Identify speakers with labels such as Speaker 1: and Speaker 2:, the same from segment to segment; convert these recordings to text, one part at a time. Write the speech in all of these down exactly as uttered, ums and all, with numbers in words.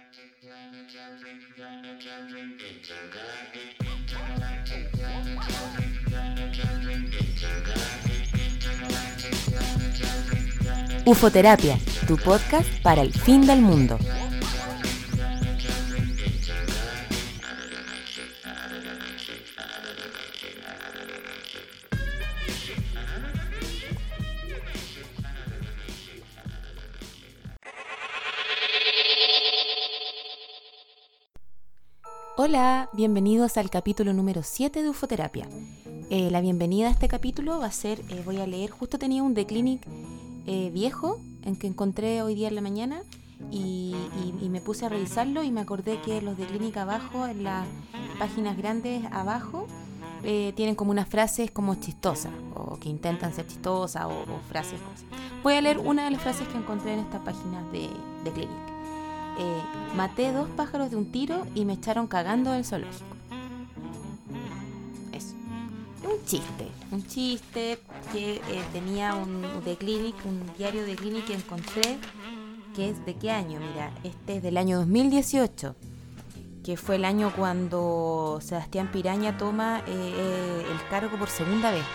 Speaker 1: Ufoterapia, tu podcast para el fin del mundo. Hola, bienvenidos al capítulo número siete de Ufoterapia. Eh, la bienvenida a este capítulo va a ser, eh, voy a leer, justo tenía un The Clinic eh, viejo en que encontré hoy día en la mañana y, y, y me puse a revisarlo y me acordé que los The Clinic abajo, en las páginas grandes abajo, eh, tienen como unas frases como chistosas o que intentan ser chistosas o, o frases como así. Voy a leer una de las frases que encontré en estas páginas de The Clinic. Eh, maté dos pájaros de un tiro y me echaron cagando del zoológico. Eso. Un chiste. Un chiste que eh, tenía un The Clinic, un diario The Clinic que encontré, que es ¿de qué año? Mira, este es del año dos mil dieciocho, que fue el año cuando Sebastián Piraña toma eh, eh, el cargo por segunda vez.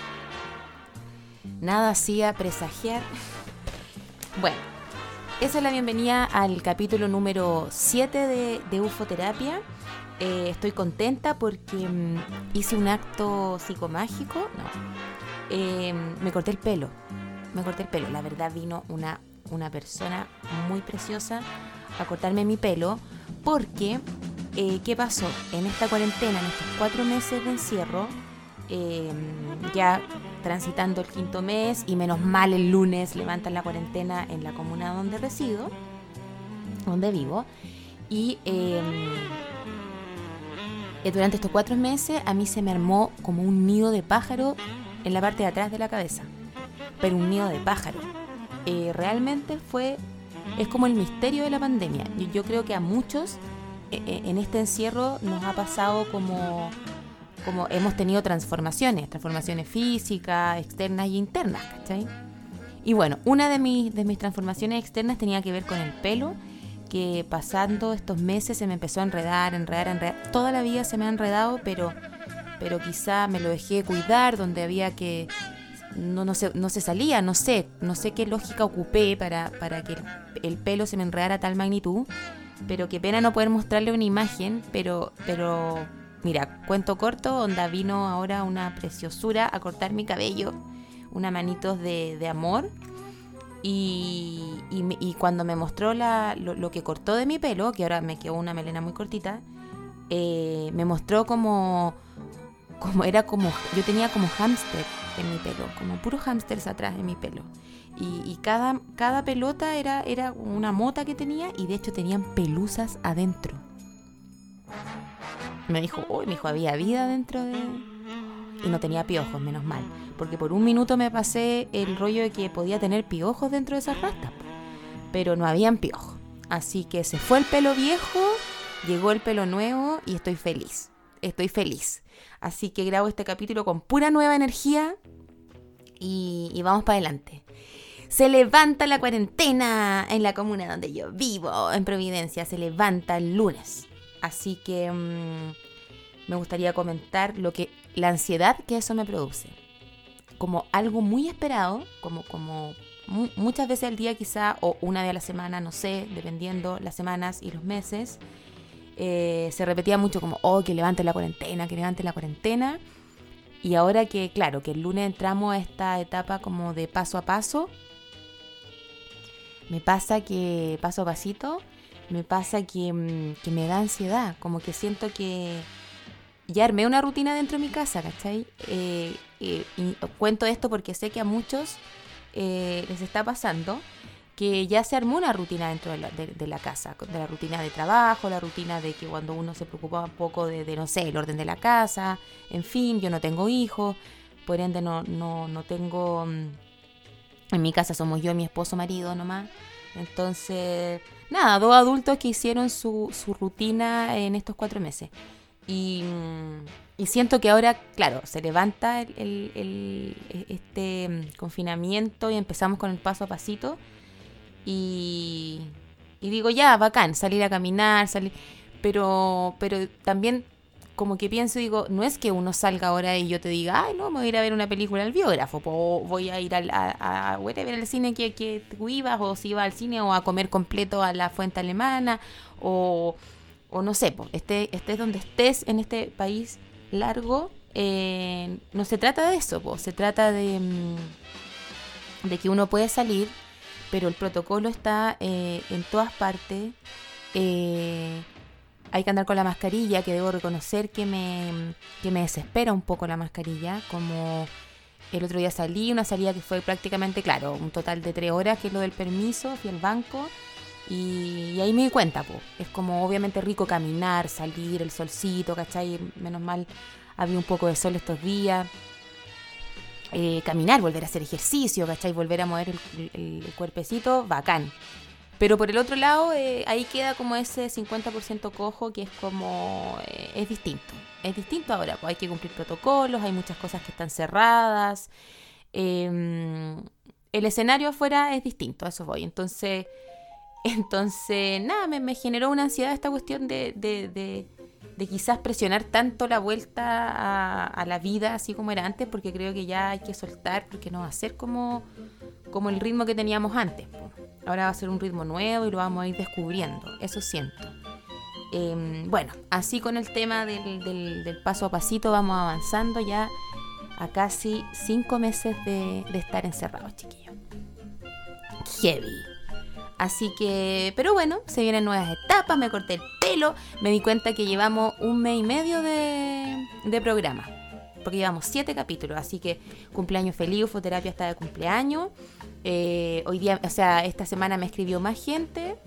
Speaker 1: Nada hacía presagiar. Bueno. Esa es la bienvenida al capítulo número siete de, de Ufoterapia. Eh, estoy contenta porque um, hice un acto psicomágico. No. Eh, me corté el pelo. Me corté el pelo. La verdad vino una, una persona muy preciosa a cortarme mi pelo. Porque, eh, ¿qué pasó? En esta cuarentena, en estos cuatro meses de encierro, eh, ya transitando el quinto mes y menos mal el lunes levantan la cuarentena en la comuna donde resido, donde vivo, y eh, durante estos cuatro meses a mí se me armó como un nido de pájaro en la parte de atrás de la cabeza, pero un nido de pájaro. Eh, realmente fue, es como el misterio de la pandemia. Yo, yo creo que a muchos eh, en este encierro nos ha pasado como... como hemos tenido transformaciones, transformaciones físicas, externas y internas, ¿cachai? Y bueno, una de mis, de mis transformaciones externas tenía que ver con el pelo, que pasando estos meses se me empezó a enredar, enredar, enredar. Toda la vida se me ha enredado, pero, pero quizá me lo dejé cuidar, donde había que... No, no, se, no se salía, no sé, no sé qué lógica ocupé para, para que el, el pelo se me enredara a tal magnitud, pero qué pena no poder mostrarle una imagen, pero... pero mira, cuento corto, onda vino ahora una preciosura a cortar mi cabello, una manitos de, de amor, y, y, y cuando me mostró la, lo, lo que cortó de mi pelo, que ahora me quedó una melena muy cortita, eh, me mostró como, como era como, yo tenía como hámster en mi pelo, como puros hámsters atrás en mi pelo, y, y cada, cada pelota era, era una mota que tenía, y de hecho tenían pelusas adentro. Me dijo, uy, me dijo, había vida dentro de... Y no tenía piojos, menos mal. Porque por un minuto me pasé el rollo de que podía tener piojos dentro de esas rastas. Pero no habían piojos. Así que se fue el pelo viejo, llegó el pelo nuevo y estoy feliz. Estoy feliz. Así que grabo este capítulo con pura nueva energía y, y vamos para adelante. Se levanta la cuarentena en la comuna donde yo vivo, en Providencia. Se levanta el lunes. Así que mmm, me gustaría comentar lo que la ansiedad que eso me produce. Como algo muy esperado, como, como mu- muchas veces al día quizá, o una vez a la semana, no sé, dependiendo las semanas y los meses, eh, se repetía mucho como, oh, que levante la cuarentena, que levante la cuarentena. Y ahora que, claro, que el lunes entramos a esta etapa como de paso a paso, me pasa que paso a pasito... Me pasa que, que me da ansiedad, como que siento que ya armé una rutina dentro de mi casa, ¿cachai? Eh, eh, y cuento esto porque sé que a muchos eh, les está pasando que ya se armó una rutina dentro de la, de, de la casa, de la rutina de trabajo, la rutina de que cuando uno se preocupa un poco de, de, no sé, el orden de la casa, en fin, yo no tengo hijos, por ende no, no, no tengo, en mi casa somos yo, mi esposo, marido nomás. Entonces, nada, dos adultos que hicieron su, su rutina en estos cuatro meses. Y, y siento que ahora, claro, se levanta el, el, el, este confinamiento y empezamos con el paso a pasito. Y, Y digo, ya, bacán, salir a caminar, salir... Pero, pero también como que pienso, digo, no es que uno salga ahora y yo te diga, ay, no, me voy a ir a ver una película al biógrafo, o voy a ir al, a, a, voy a ver al cine que, que tú ibas, o si iba al cine, o a comer completo a la fuente alemana, o, o no sé, pues, estés, estés donde estés en este país largo, eh, no se trata de eso, pues, se trata de, de que uno puede salir, pero el protocolo está eh, en todas partes. eh, Hay que andar con la mascarilla, que debo reconocer que me, que me desespera un poco la mascarilla. Como el otro día salí, una salida que fue prácticamente, claro, un total de tres horas, que es lo del permiso, fui al banco y, y ahí me di cuenta, pues. Es como obviamente rico caminar, salir, el solcito, ¿cachai? Menos mal había un poco de sol estos días. Eh, caminar, volver a hacer ejercicio, ¿cachai? Volver a mover el, el, el cuerpecito, bacán. Pero por el otro lado, eh, ahí queda como ese cincuenta por ciento cojo que es como... Eh, es distinto. Es distinto ahora, pues hay que cumplir protocolos, hay muchas cosas que están cerradas. Eh, el escenario afuera es distinto, a eso voy. Entonces, entonces nada, me, me generó una ansiedad esta cuestión de, de, de, de quizás presionar tanto la vuelta a, a la vida así como era antes, porque creo que ya hay que soltar, porque no va a ser como, como el ritmo que teníamos antes, pues. Ahora va a ser un ritmo nuevo y lo vamos a ir descubriendo. Eso siento. Eh, bueno, así con el tema del, del, del paso a pasito vamos avanzando ya a casi cinco meses de, de estar encerrados, chiquillos. Heavy. Así que, pero bueno, se vienen nuevas etapas, me corté el pelo, me di cuenta que llevamos un mes y medio de, de programa. Porque llevamos siete capítulos, así que cumpleaños feliz, Ufoterapia está de cumpleaños. Eh, hoy día, o sea, esta semana me escribió más gente.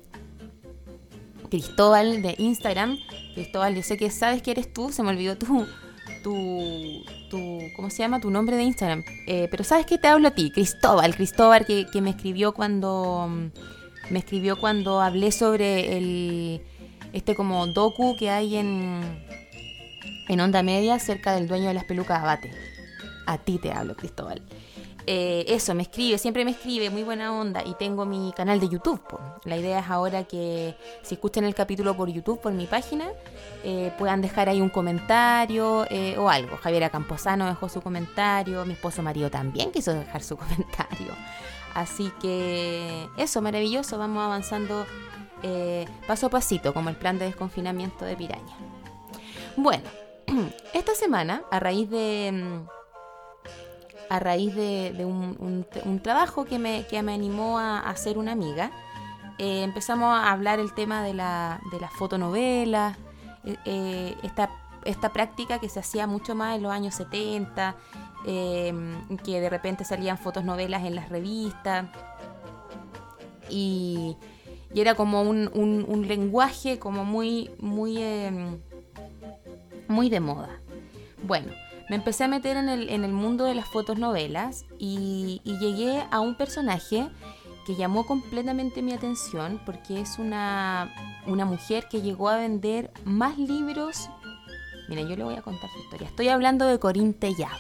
Speaker 1: Cristóbal de Instagram. Cristóbal, yo sé que sabes que eres tú, se me olvidó tu, tu, tu ¿cómo se llama? Tu nombre de Instagram. Eh, pero sabes que te hablo a ti, Cristóbal, Cristóbal que, que me escribió cuando me escribió cuando hablé sobre el este como docu que hay en en Onda Media cerca del dueño de las pelucas Abate. A ti te hablo, Cristóbal. Eh, eso, me escribe, siempre me escribe, muy buena onda. Y tengo mi canal de YouTube, po. La idea es ahora que si escuchan el capítulo por YouTube, por mi página, eh, puedan dejar ahí un comentario eh, o algo. Javiera Camposano dejó su comentario, mi esposo marido también quiso dejar su comentario. Así que eso, maravilloso, vamos avanzando eh, paso a pasito, como el plan de desconfinamiento de Piraña. Bueno, esta semana, a raíz de... a raíz de, de un, un, un trabajo que me, que me animó a, a hacer una amiga, eh, empezamos a hablar el tema de la, de la fotonovela, eh, eh, esta, esta práctica que se hacía mucho más en los años setenta, eh, que de repente salían fotonovelas en las revistas, y, y era como un, un, un lenguaje como muy, muy, eh, muy de moda. Bueno, me empecé a meter en el, en el mundo de las fotonovelas y, y llegué a un personaje que llamó completamente mi atención porque es una, una mujer que llegó a vender más libros. Mira, yo le voy a contar su historia. Estoy hablando de Corín Tellado.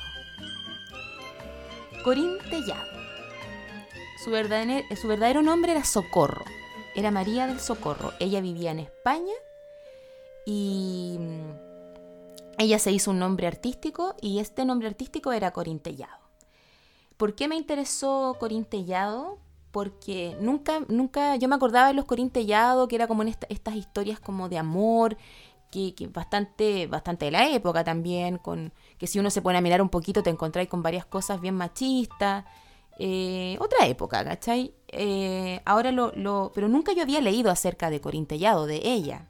Speaker 1: Corín Tellado. Su verdadero, su verdadero nombre era Socorro. Era María del Socorro. Ella vivía en España y... ella se hizo un nombre artístico y este nombre artístico era Corín Tellado. ¿Por qué me interesó Corín Tellado? Porque nunca, nunca, yo me acordaba de los Corín Tellado, que era como en esta, estas historias como de amor, que, que bastante, bastante de la época también, con que si uno se pone a mirar un poquito te encontráis con varias cosas bien machistas. Eh, otra época, ¿cachai? Eh, ahora lo, lo, pero nunca yo había leído acerca de Corín Tellado, de ella.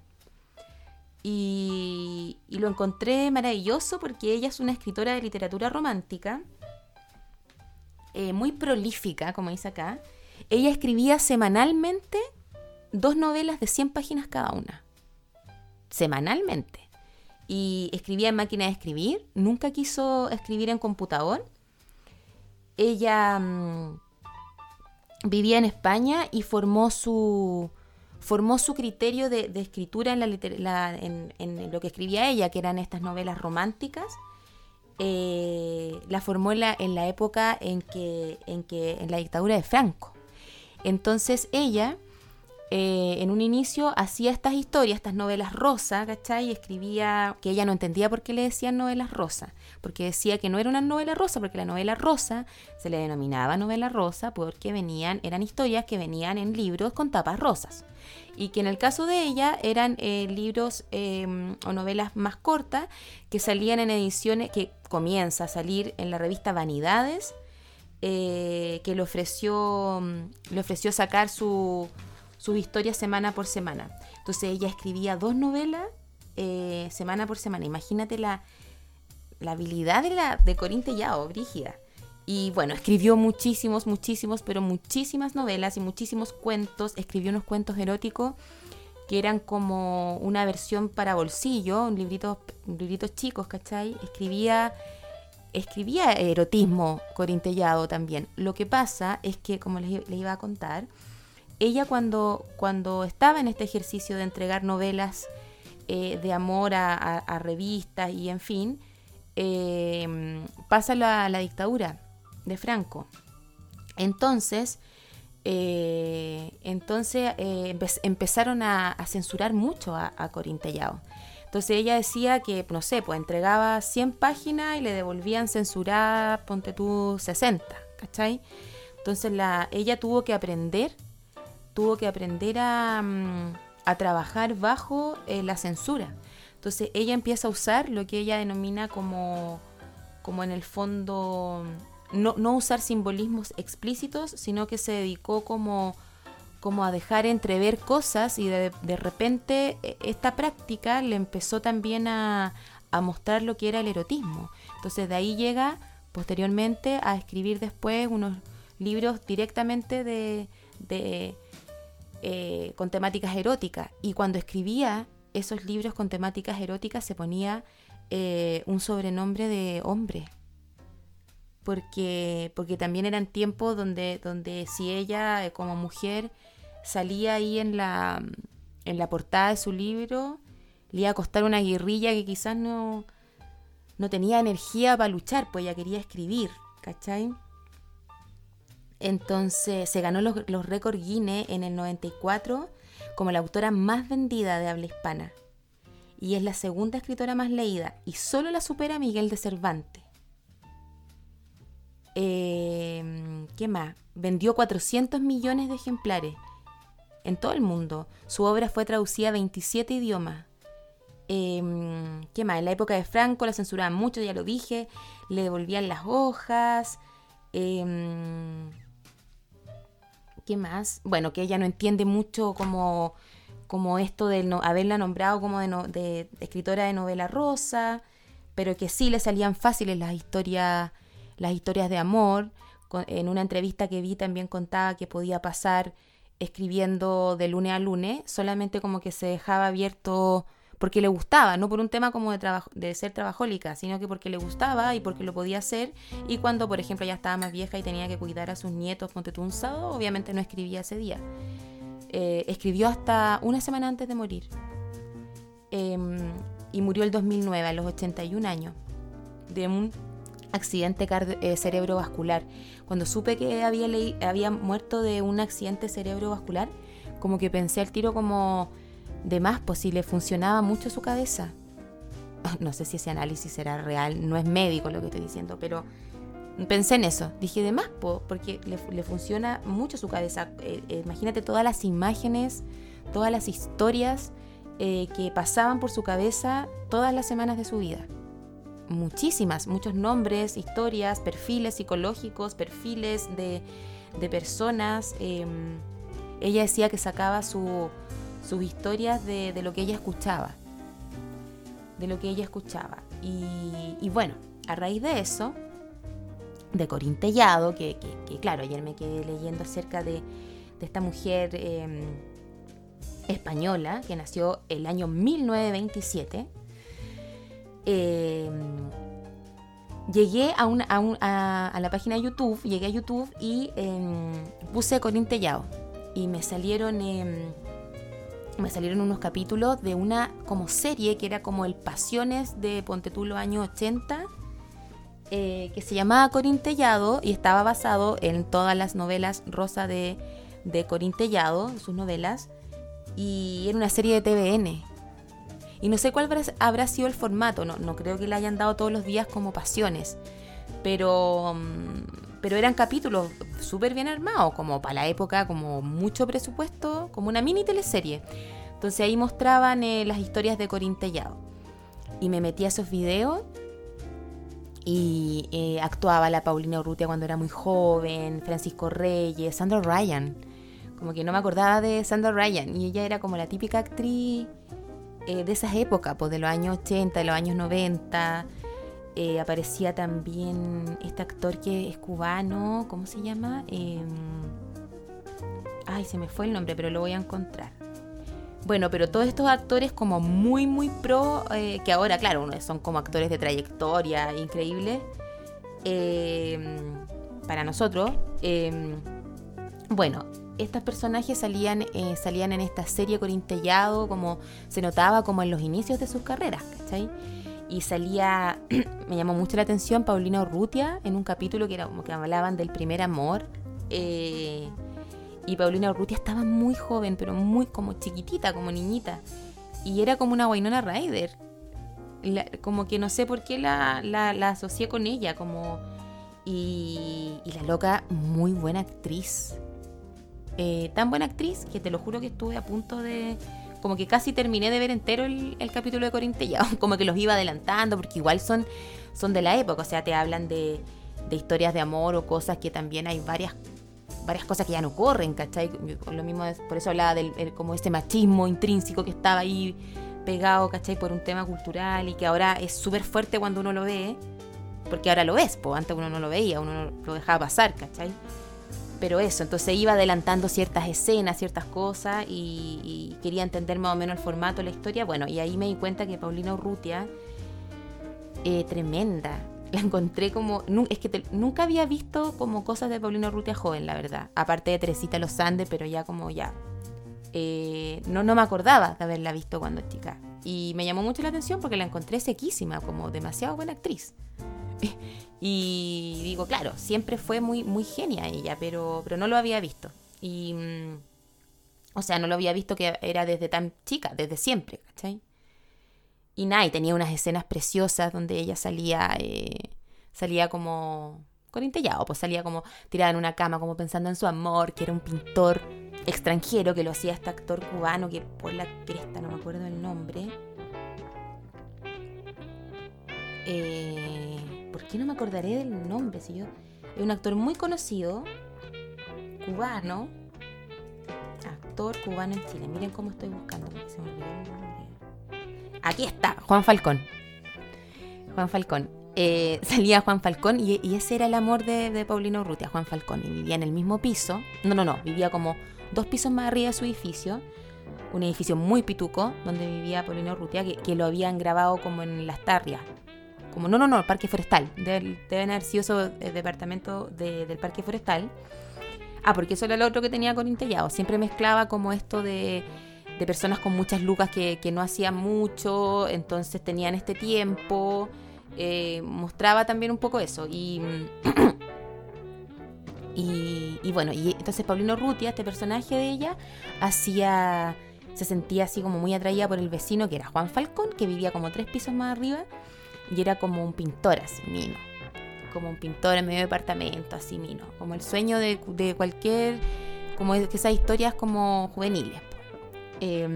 Speaker 1: Y, y lo encontré maravilloso porque ella es una escritora de literatura romántica, eh, muy prolífica, como dice acá. Ella escribía semanalmente dos novelas de cien páginas cada una. Semanalmente. Y escribía en máquina de escribir, nunca quiso escribir en computador. Ella mmm, vivía en España y formó su... formó su criterio de, de escritura en, la, la, en, en lo que escribía ella, que eran estas novelas románticas. Eh, la formó en la, en la época en que, en que en la dictadura de Franco. Entonces ella eh, en un inicio hacía estas historias, estas novelas rosa, ¿cachai? Y escribía que ella no entendía por qué le decían novelas rosa, porque decía que no era una novela rosa, porque la novela rosa se le denominaba novela rosa porque venían, eran historias que venían en libros con tapas rosas. Y que en el caso de ella eran eh, libros eh, o novelas más cortas que salían en ediciones, que comienza a salir en la revista Vanidades, eh, que le ofreció, le ofreció sacar su, sus historias semana por semana. Entonces ella escribía dos novelas eh, semana por semana. Imagínate la, la habilidad de, la, de Corín Tellado, brígida. Y bueno, escribió muchísimos, muchísimos, pero muchísimas novelas y muchísimos cuentos. Escribió unos cuentos eróticos que eran como una versión para bolsillo, un librito, libritos chicos, ¿cachai? Escribía, escribía erotismo Corín Tellado también. Lo que pasa es que, como les, les iba a contar, ella cuando, cuando estaba en este ejercicio de entregar novelas eh, de amor a, a, a revistas y en fin, eh, pasa la, la dictadura de Franco. Entonces, eh, entonces eh, empe- empezaron a, a censurar mucho a, a Corín Tellado. Entonces ella decía que, no sé, pues entregaba cien páginas y le devolvían censuradas, ponte tú, sesenta, ¿cachai? Entonces la, ella tuvo que aprender, tuvo que aprender a, a trabajar bajo eh, la censura. Entonces ella empieza a usar lo que ella denomina como, como en el fondo... No, no usar simbolismos explícitos, sino que se dedicó como, como a dejar entrever cosas y de, de repente esta práctica le empezó también a, a mostrar lo que era el erotismo. Entonces de ahí llega posteriormente a escribir después unos libros directamente de, de, eh, con temáticas eróticas. Y cuando escribía esos libros con temáticas eróticas se ponía eh, un sobrenombre de hombre. Porque, porque también eran tiempos donde, donde si ella eh, como mujer salía ahí en la, en la portada de su libro, le iba a costar una guerrilla que quizás no, no tenía energía para luchar, pues ella quería escribir, ¿cachai? Entonces se ganó los, los récords Guinness en el noventa y cuatro como la autora más vendida de habla hispana. Y es la segunda escritora más leída y solo la supera Miguel de Cervantes. Eh, ¿Qué más? Vendió cuatrocientos millones de ejemplares en todo el mundo. Su obra fue traducida a veintisiete idiomas. Eh, ¿Qué más? En la época de Franco la censuraban mucho, ya lo dije. Le devolvían las hojas. Eh, ¿Qué más? Bueno, que ella no entiende mucho como, como esto de no, haberla nombrado como de, no, de, de escritora de novela rosa, pero que sí le salían fáciles las historias... las historias de amor. En una entrevista que vi también contaba que podía pasar escribiendo de lunes a lunes, solamente como que se dejaba abierto porque le gustaba, no por un tema como de, trabajo, de ser trabajólica, sino que porque le gustaba y porque lo podía hacer. Y cuando, por ejemplo, ya estaba más vieja y tenía que cuidar a sus nietos, ponte tú un sábado, obviamente no escribía ese día. Eh, escribió hasta una semana antes de morir. Eh, y murió el dos mil nueve, a los ochenta y un años, de un accidente cardio- eh, cerebrovascular. Cuando supe que había, le- había muerto de un accidente cerebrovascular, como que pensé al tiro como de más, pues si le funcionaba mucho su cabeza. No sé si ese análisis era real, no es médico lo que estoy diciendo, pero pensé en eso. Dije de más, pues, porque le, le funciona mucho su cabeza. Eh, eh, imagínate todas las imágenes, todas las historias eh, que pasaban por su cabeza todas las semanas de su vida. Muchísimas, muchos nombres, historias, perfiles psicológicos, perfiles de, de personas. Eh, ella decía que sacaba su, sus historias de, de lo que ella escuchaba, de lo que ella escuchaba. Y, y bueno, a raíz de eso, de Corín Tellado, que, que, que claro, ayer me quedé leyendo acerca de, de esta mujer eh, española que nació el año mil novecientos veintisiete. Eh, llegué a, una, a, un, a, a la página de YouTube, llegué a YouTube y eh, puse Corín Tellado y me salieron eh, me salieron unos capítulos de una como serie que era como el Pasiones de Ponte tú los años ochenta, eh, que se llamaba Corín Tellado y estaba basado en todas las novelas rosa de, de Corín Tellado, sus novelas. y era una serie de T V N. Y no sé cuál habrá, habrá sido el formato, no, no creo que la hayan dado todos los días como Pasiones, pero, pero eran capítulos súper bien armados, como para la época, como mucho presupuesto, como una mini teleserie. Entonces ahí mostraban eh, las historias de Corín Tellado. Y me metí a esos videos y eh, actuaba la Paulina Urrutia cuando era muy joven, Francisco Reyes, Sandra Ryan. Como que no me acordaba de Sandra Ryan. Y ella era como la típica actriz eh, de esas épocas, pues de los años ochenta, de los años noventa. Eh, aparecía también este actor que es cubano, ¿cómo se llama? Eh, ay, se me fue el nombre, pero lo voy a encontrar. Bueno, pero todos estos actores como muy, muy pro, eh, que ahora, claro, son como actores de trayectoria increíbles, eh, para nosotros. Eh, bueno, estos personajes salían, eh, salían en esta serie Corín Tellado, como se notaba como en los inicios de sus carreras, ¿cachai? Y salía, me llamó mucho la atención, Paulina Urrutia, en un capítulo que era como que hablaban del primer amor, eh... Y Paulina Urrutia estaba muy joven, pero muy como chiquitita, como niñita. Y era como una Winona Ryder. La, como que no sé por qué la, la, la asocié con ella. Como y, y la loca, muy buena actriz. Eh, tan buena actriz que te lo juro que estuve a punto de... Como que casi terminé de ver entero el, el capítulo de Corín Tellado. Como que los iba adelantando, porque igual son, son de la época. O sea, te hablan de, de historias de amor o cosas que también hay varias varias cosas que ya no corren, ¿cachai? Lo mismo, por eso hablaba del el, como este machismo intrínseco que estaba ahí pegado, ¿cachai? Por un tema cultural y que ahora es súper fuerte cuando uno lo ve, porque ahora lo ves, pues antes uno no lo veía, uno lo dejaba pasar, ¿cachai? Pero eso, entonces iba adelantando ciertas escenas, ciertas cosas y, y quería entender más o menos el formato, la historia, bueno, y ahí me di cuenta que Paulina Urrutia, eh, tremenda. La encontré como... Es que te, nunca había visto como cosas de Paulina Urrutia joven, la verdad. Aparte de Teresita Los Andes, pero ya como ya... Eh, no, no me acordaba de haberla visto cuando chica. Y me llamó mucho la atención porque la encontré sequísima, como demasiado buena actriz. Y digo, claro, siempre fue muy, muy genia ella, pero, pero no lo había visto. Y... O sea, no lo había visto que era desde tan chica, desde siempre, ¿cachai? Y nada, y tenía unas escenas preciosas donde ella salía, eh, salía como Corín Tellado, pues salía como tirada en una cama, como pensando en su amor, que era un pintor extranjero que lo hacía este actor cubano, que por la cresta, no me acuerdo el nombre. Eh, ¿Por qué no me acordaré del nombre? Si yo, es un actor muy conocido, cubano, actor cubano en Chile. Miren cómo estoy buscando, porque se me olvidó el nombre. Aquí está, Juan Falcón. Juan Falcón. Eh, salía Juan Falcón y, y ese era el amor de, de Paulina Urrutia, Juan Falcón. Y vivía en el mismo piso. No, no, no. Vivía como dos pisos más arriba de su edificio. Un edificio muy pituco donde vivía Paulina Urrutia, que, que lo habían grabado como en Las Tarrias. Como, no, no, no, el Parque Forestal. Deben, deben haber sido esos eh, departamentos de, del Parque Forestal. Ah, porque eso era lo otro que tenía Corín Tellado. Siempre mezclaba como esto de... de personas con muchas lucas que, que no hacían mucho, entonces tenían este tiempo, eh, mostraba también un poco eso. Y, y, y bueno, y entonces Paulina Urrutia, este personaje de ella, hacía, se sentía así como muy atraída por el vecino que era Juan Falcón, que vivía como tres pisos más arriba, y era como un pintor así, mino. Como un pintor en medio departamento, así mino. Como el sueño de, de cualquier, como que esas historias como juveniles. Eh,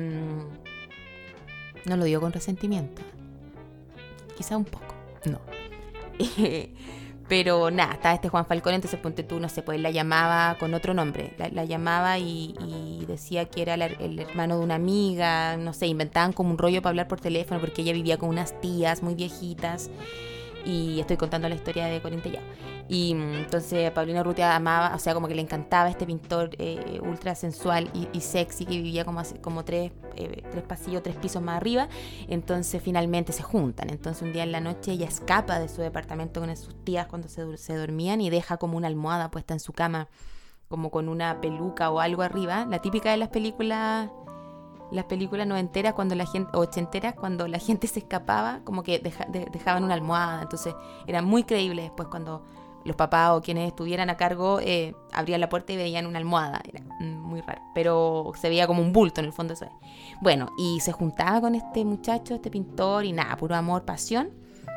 Speaker 1: no lo digo con resentimiento, quizá un poco, no. Pero nada, estaba este Juan Falcón, entonces ponte tú, no sé, pues la llamaba con otro nombre, la, la llamaba y, y decía que era la, el hermano de una amiga, no sé, inventaban como un rollo para hablar por teléfono porque ella vivía con unas tías muy viejitas. Y estoy contando la historia de Corín Tellado. Y entonces Paulina Urrutia amaba, o sea, como que le encantaba este pintor eh, ultra sensual y, y sexy que vivía como, como tres, eh, tres pasillos, tres pisos más arriba. Entonces finalmente se juntan. Entonces un día en la noche ella escapa de su departamento con sus tías cuando se, se dormían y deja como una almohada puesta en su cama, como con una peluca o algo arriba. La típica de las películas... Las películas noventeras cuando la gente, o ochenteras, cuando la gente se escapaba, como que deja, de, dejaban una almohada. Entonces era muy creíble después cuando los papás o quienes estuvieran a cargo eh, abrían la puerta y veían una almohada. Era muy raro, pero se veía como un bulto en el fondo. Eso es. Bueno, y se juntaba con este muchacho, este pintor, y nada, puro amor, pasión.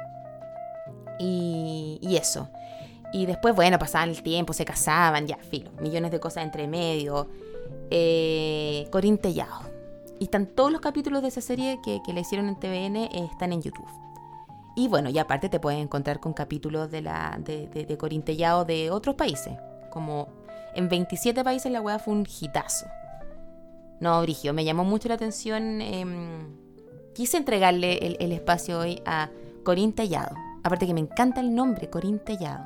Speaker 1: Y, y eso. Y después, bueno, pasaban el tiempo, se casaban, ya, filo, millones de cosas entre medio. Eh, Corín Tellado. Y están todos los capítulos de esa serie que, que le hicieron en T V N, eh, están en YouTube. Y bueno, y aparte te puedes encontrar con capítulos de, la, de, de, de Corín Tellado de otros países. Como en veintisiete países la weá fue un hitazo. No, Brigio, me llamó mucho la atención. Eh, quise entregarle el, el espacio hoy a Corín Tellado. Aparte que me encanta el nombre, Corín Tellado.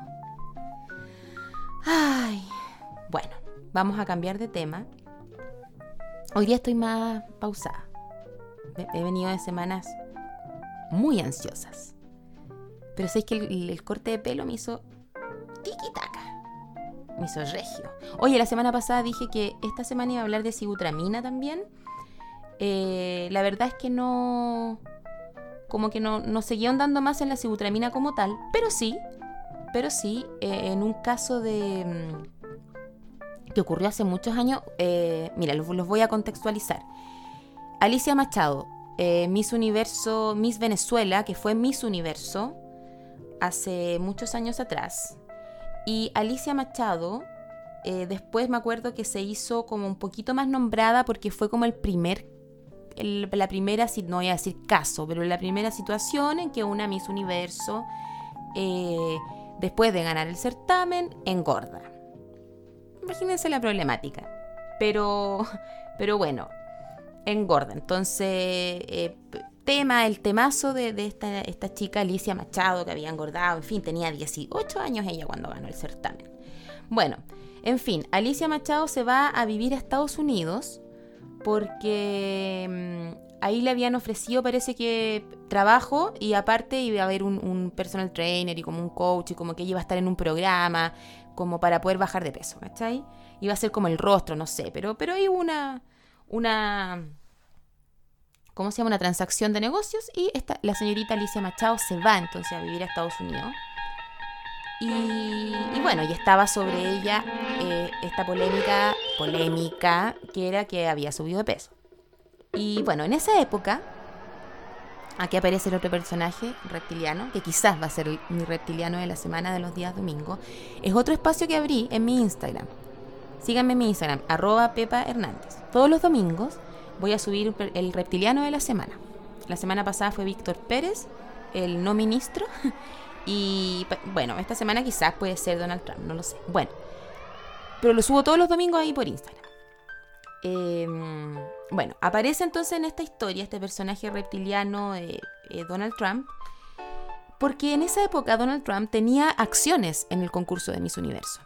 Speaker 1: Ay, bueno, vamos a cambiar de tema. Hoy día estoy más pausada. He venido de semanas muy ansiosas. Pero sé que el, el corte de pelo me hizo tiki-taka. Me hizo regio. Oye, la semana pasada dije que esta semana iba a hablar de sibutramina también. Eh, la verdad es que no... Como que no, no seguía andando más en la sibutramina como tal. Pero sí, pero sí, eh, en un caso de... que ocurrió hace muchos años. Eh, mira, los, los voy a contextualizar. Alicia Machado, eh, Miss Universo, Miss Venezuela, que fue Miss Universo hace muchos años atrás. Y Alicia Machado, eh, después me acuerdo que se hizo como un poquito más nombrada porque fue como el primer, el, la primera, no voy a decir caso, pero la primera situación en que una Miss Universo, eh, después de ganar el certamen, engorda. Imagínense la problemática. Pero, pero bueno, engorda. Entonces, eh, tema, el temazo de, de esta, esta chica Alicia Machado, que había engordado, en fin, tenía dieciocho años ella cuando ganó el certamen. Bueno, en fin, Alicia Machado se va a vivir a Estados Unidos porque mmm, ahí le habían ofrecido, parece que, trabajo, y aparte iba a haber un, un personal trainer y como un coach, y como que ella iba a estar en un programa como para poder bajar de peso, ¿cachai? Iba a ser como el rostro, no sé, pero, pero hay una, una, ¿cómo se llama? Una transacción de negocios, y esta, la señorita Alicia Machado se va entonces a vivir a Estados Unidos. Y, y bueno, y estaba sobre ella eh, esta polémica, polémica, que era que había subido de peso. Y bueno, en esa época, aquí aparece el otro personaje, reptiliano, que quizás va a ser mi reptiliano de la semana de los días domingos. Es otro espacio que abrí en mi Instagram. Síganme en mi Instagram, arroba Pepa Hernández. Todos los domingos voy a subir el reptiliano de la semana. La semana pasada fue Víctor Pérez, el no ministro. Y bueno, esta semana quizás puede ser Donald Trump, no lo sé. Bueno, pero lo subo todos los domingos ahí por Instagram. Eh, bueno, aparece entonces en esta historia este personaje reptiliano, eh, eh, Donald Trump, porque en esa época Donald Trump tenía acciones en el concurso de Miss Universo.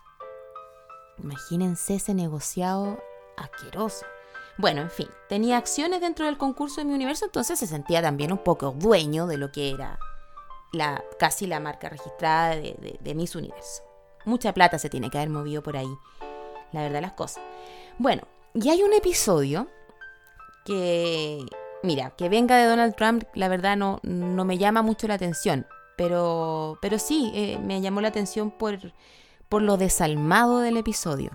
Speaker 1: Imagínense ese negociado asqueroso. Bueno, en fin, tenía acciones dentro del concurso de Miss Universo, entonces se sentía también un poco dueño de lo que era la, casi la marca registrada de, de, de Miss Universo. Mucha plata se tiene que haber movido por ahí, la verdad las cosas. Bueno, y hay un episodio que, mira, que venga de Donald Trump, la verdad no, no me llama mucho la atención, pero, pero sí, eh, me llamó la atención por, por lo desalmado del episodio.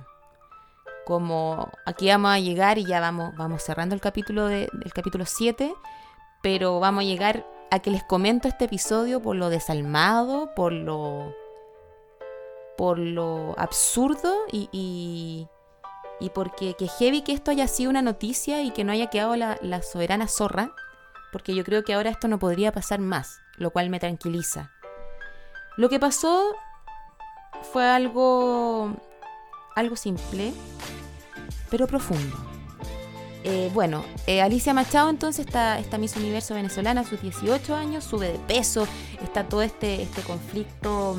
Speaker 1: Como aquí vamos a llegar y ya vamos, vamos cerrando el capítulo de, el capítulo siete, pero vamos a llegar a que les comento este episodio por lo desalmado, por lo, por lo absurdo y, y, y porque que heavy que esto haya sido una noticia y que no haya quedado la, la soberana zorra, porque yo creo que ahora esto no podría pasar más, lo cual me tranquiliza. Lo que pasó fue algo, algo simple, pero profundo. Eh, bueno, eh, Alicia Machado entonces está, está Miss Universo venezolana a sus dieciocho años, sube de peso, está todo este, este conflicto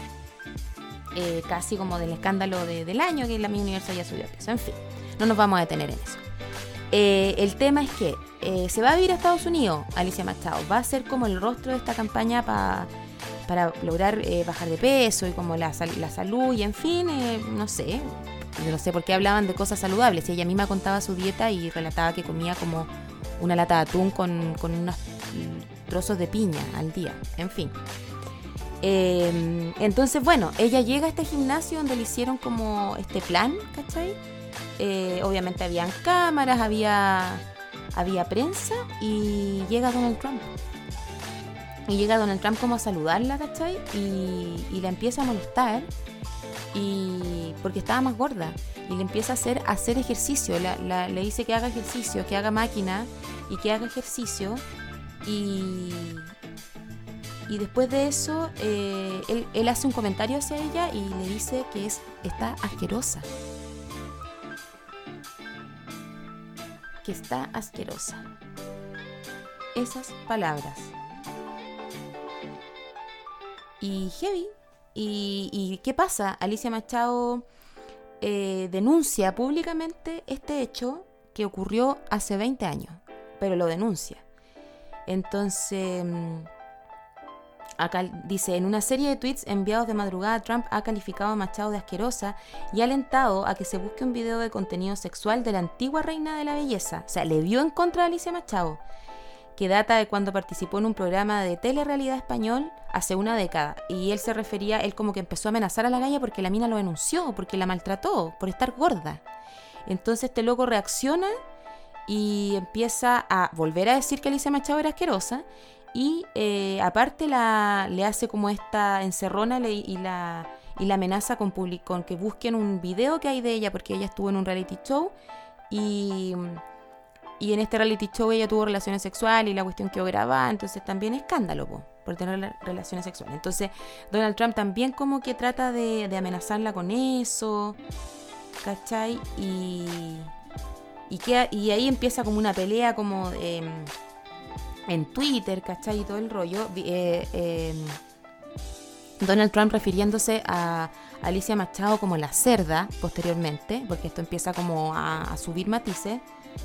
Speaker 1: eh, casi como del escándalo de, del año que la Miss Universo ya subió de peso. En fin, no nos vamos a detener en eso. Eh, el tema es que eh, se va a vivir a Estados Unidos, Alicia Machado, va a ser como el rostro de esta campaña pa, para lograr eh, bajar de peso y como la, la salud y en fin, eh, no sé. Yo no sé por qué hablaban de cosas saludables. Y ella misma contaba su dieta y relataba que comía como una lata de atún con, con unos trozos de piña al día. En fin. Eh, entonces, bueno, ella llega a este gimnasio donde le hicieron como este plan, ¿cachai? Eh, obviamente habían cámaras, había, había prensa y llega Donald Trump. Y llega Donald Trump como a saludarla, ¿cachai? Y, y la empieza a molestar y porque estaba más gorda. Y le empieza a hacer, a hacer ejercicio. La, la, le dice que haga ejercicio, que haga máquina y que haga ejercicio. Y... Y después de eso, eh, él, él hace un comentario hacia ella y le dice que es, está asquerosa. Que está asquerosa. Esas palabras. Y heavy. ¿Y, y qué pasa? Alicia Machado eh, denuncia públicamente este hecho que ocurrió hace veinte años. Pero lo denuncia. Entonces... Acá dice, en una serie de tweets enviados de madrugada, Trump ha calificado a Machado de asquerosa y ha alentado a que se busque un video de contenido sexual de la antigua reina de la belleza. O sea, le dio en contra de Alicia Machado, que data de cuando participó en un programa de telerrealidad español hace una década. Y él se refería, él como que empezó a amenazar a la galla porque la mina lo denunció, porque la maltrató, por estar gorda. Entonces este loco reacciona y empieza a volver a decir que Alicia Machado era asquerosa. Y eh, aparte la, le hace como esta encerrona le, y, la, y la amenaza con, public, con que busquen un video que hay de ella porque ella estuvo en un reality show y, y en este reality show ella tuvo relaciones sexuales y la cuestión quedó grabada, entonces también escándalo po, por tener relaciones sexuales. Entonces Donald Trump también como que trata de, de amenazarla con eso, ¿cachai? Y, y, queda, y ahí empieza como una pelea como... Eh, en Twitter, ¿cachai? Y todo el rollo. Eh, eh, Donald Trump refiriéndose a Alicia Machado como la cerda, posteriormente, porque esto empieza como a, a subir matices.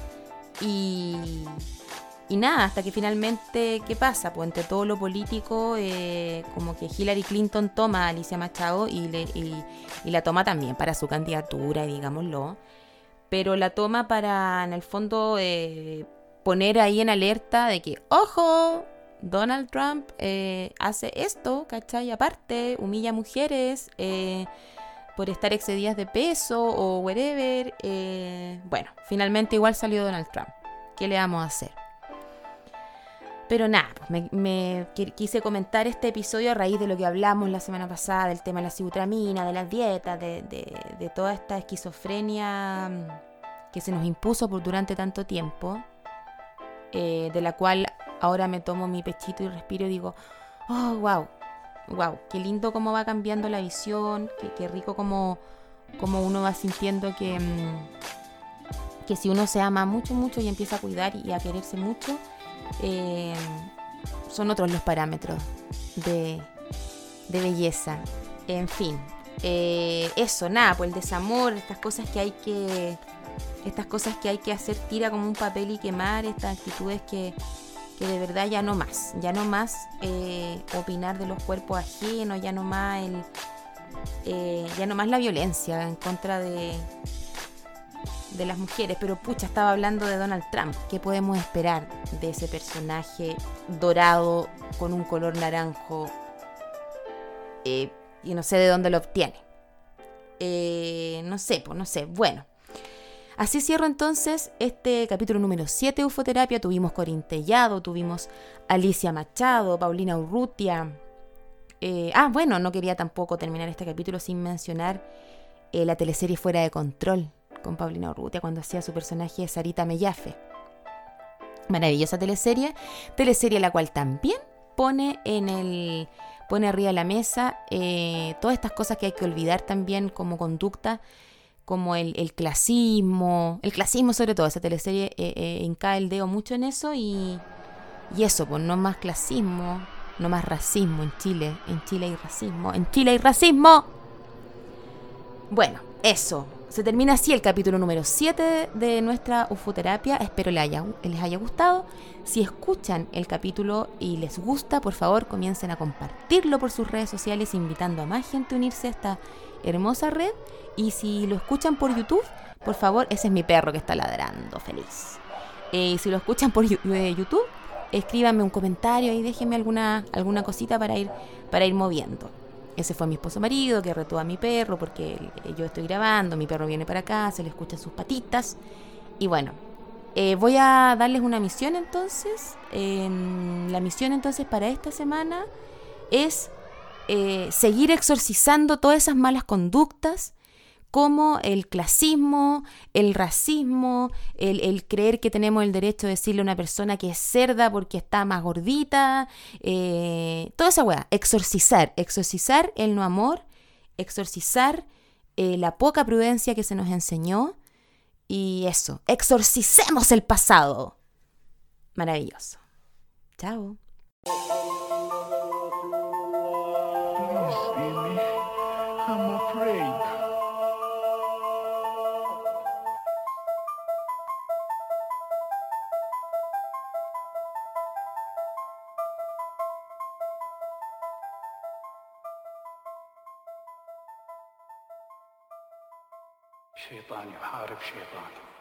Speaker 1: Y, y nada, hasta que finalmente, ¿qué pasa? Pues entre todo lo político, eh, como que Hillary Clinton toma a Alicia Machado y, le, y, y la toma también para su candidatura, digámoslo. Pero la toma para, en el fondo... Eh, poner ahí en alerta de que, ojo, Donald Trump eh, hace esto, ¿cachai? Aparte, humilla a mujeres eh, por estar excedidas de peso o whatever. Eh, bueno, finalmente igual salió Donald Trump. ¿Qué le vamos a hacer? Pero nada, pues me, me quise comentar este episodio a raíz de lo que hablamos la semana pasada, del tema de la sibutramina, de las dietas, de, de, de toda esta esquizofrenia que se nos impuso por durante tanto tiempo. Eh, de la cual ahora me tomo mi pechito y respiro y digo, oh, wow, wow, qué lindo cómo va cambiando la visión, qué, qué rico cómo, cómo uno va sintiendo que, mmm, que si uno se ama mucho, mucho y empieza a cuidar y a quererse mucho, eh, son otros los parámetros de, de belleza. En fin, eh, eso, nada, pues el desamor, estas cosas que hay que... Estas cosas que hay que hacer tira como un papel y quemar, estas actitudes que, que de verdad ya no más, ya no más eh, opinar de los cuerpos ajenos, ya no más el, eh, ya no más la violencia en contra de, de las mujeres. Pero pucha, estaba hablando de Donald Trump. ¿Qué podemos esperar de ese personaje dorado con un color naranjo? Eh, y no sé de dónde lo obtiene. Eh, no sé, pues no sé, bueno. Así cierro entonces este capítulo número siete de Ufoterapia. Tuvimos Corín Tellado, tuvimos Alicia Machado, Paulina Urrutia. Eh, ah, bueno, no quería tampoco terminar este capítulo sin mencionar eh, la teleserie Fuera de Control con Paulina Urrutia cuando hacía su personaje Sarita Mellafe. Maravillosa teleserie, teleserie la cual también pone en el pone arriba de la mesa eh, todas estas cosas que hay que olvidar también como conducta, como el, el clasismo, el clasismo sobre todo, esa teleserie eh, eh, hinca el dedo mucho en eso y, y eso, pues no más clasismo, no más racismo en Chile, en Chile hay racismo, en Chile hay racismo. Bueno, eso, se termina así el capítulo número siete de nuestra Ufoterapia, espero les haya, les haya gustado. Si escuchan el capítulo y les gusta, por favor comiencen a compartirlo por sus redes sociales, invitando a más gente a unirse a esta hermosa red. Y si lo escuchan por YouTube, por favor, ese es mi perro que está ladrando feliz. Eh, si lo escuchan por YouTube, escríbanme un comentario y déjenme alguna, alguna cosita para ir, para ir moviendo. Ese fue mi esposo marido que retó a mi perro porque yo estoy grabando, mi perro viene para acá, se le escuchan sus patitas. Y bueno, eh, voy a darles una misión entonces. Eh, la misión entonces para esta semana es eh, seguir exorcizando todas esas malas conductas, como el clasismo, el racismo, el, el creer que tenemos el derecho de decirle a una persona que es cerda porque está más gordita, eh, toda esa weá, exorcizar, exorcizar el no amor, exorcizar eh, la poca prudencia que se nos enseñó, y eso, exorcicemos el pasado. Maravilloso. Chao.
Speaker 2: I'm afraid. شيطان يحارب شيطان.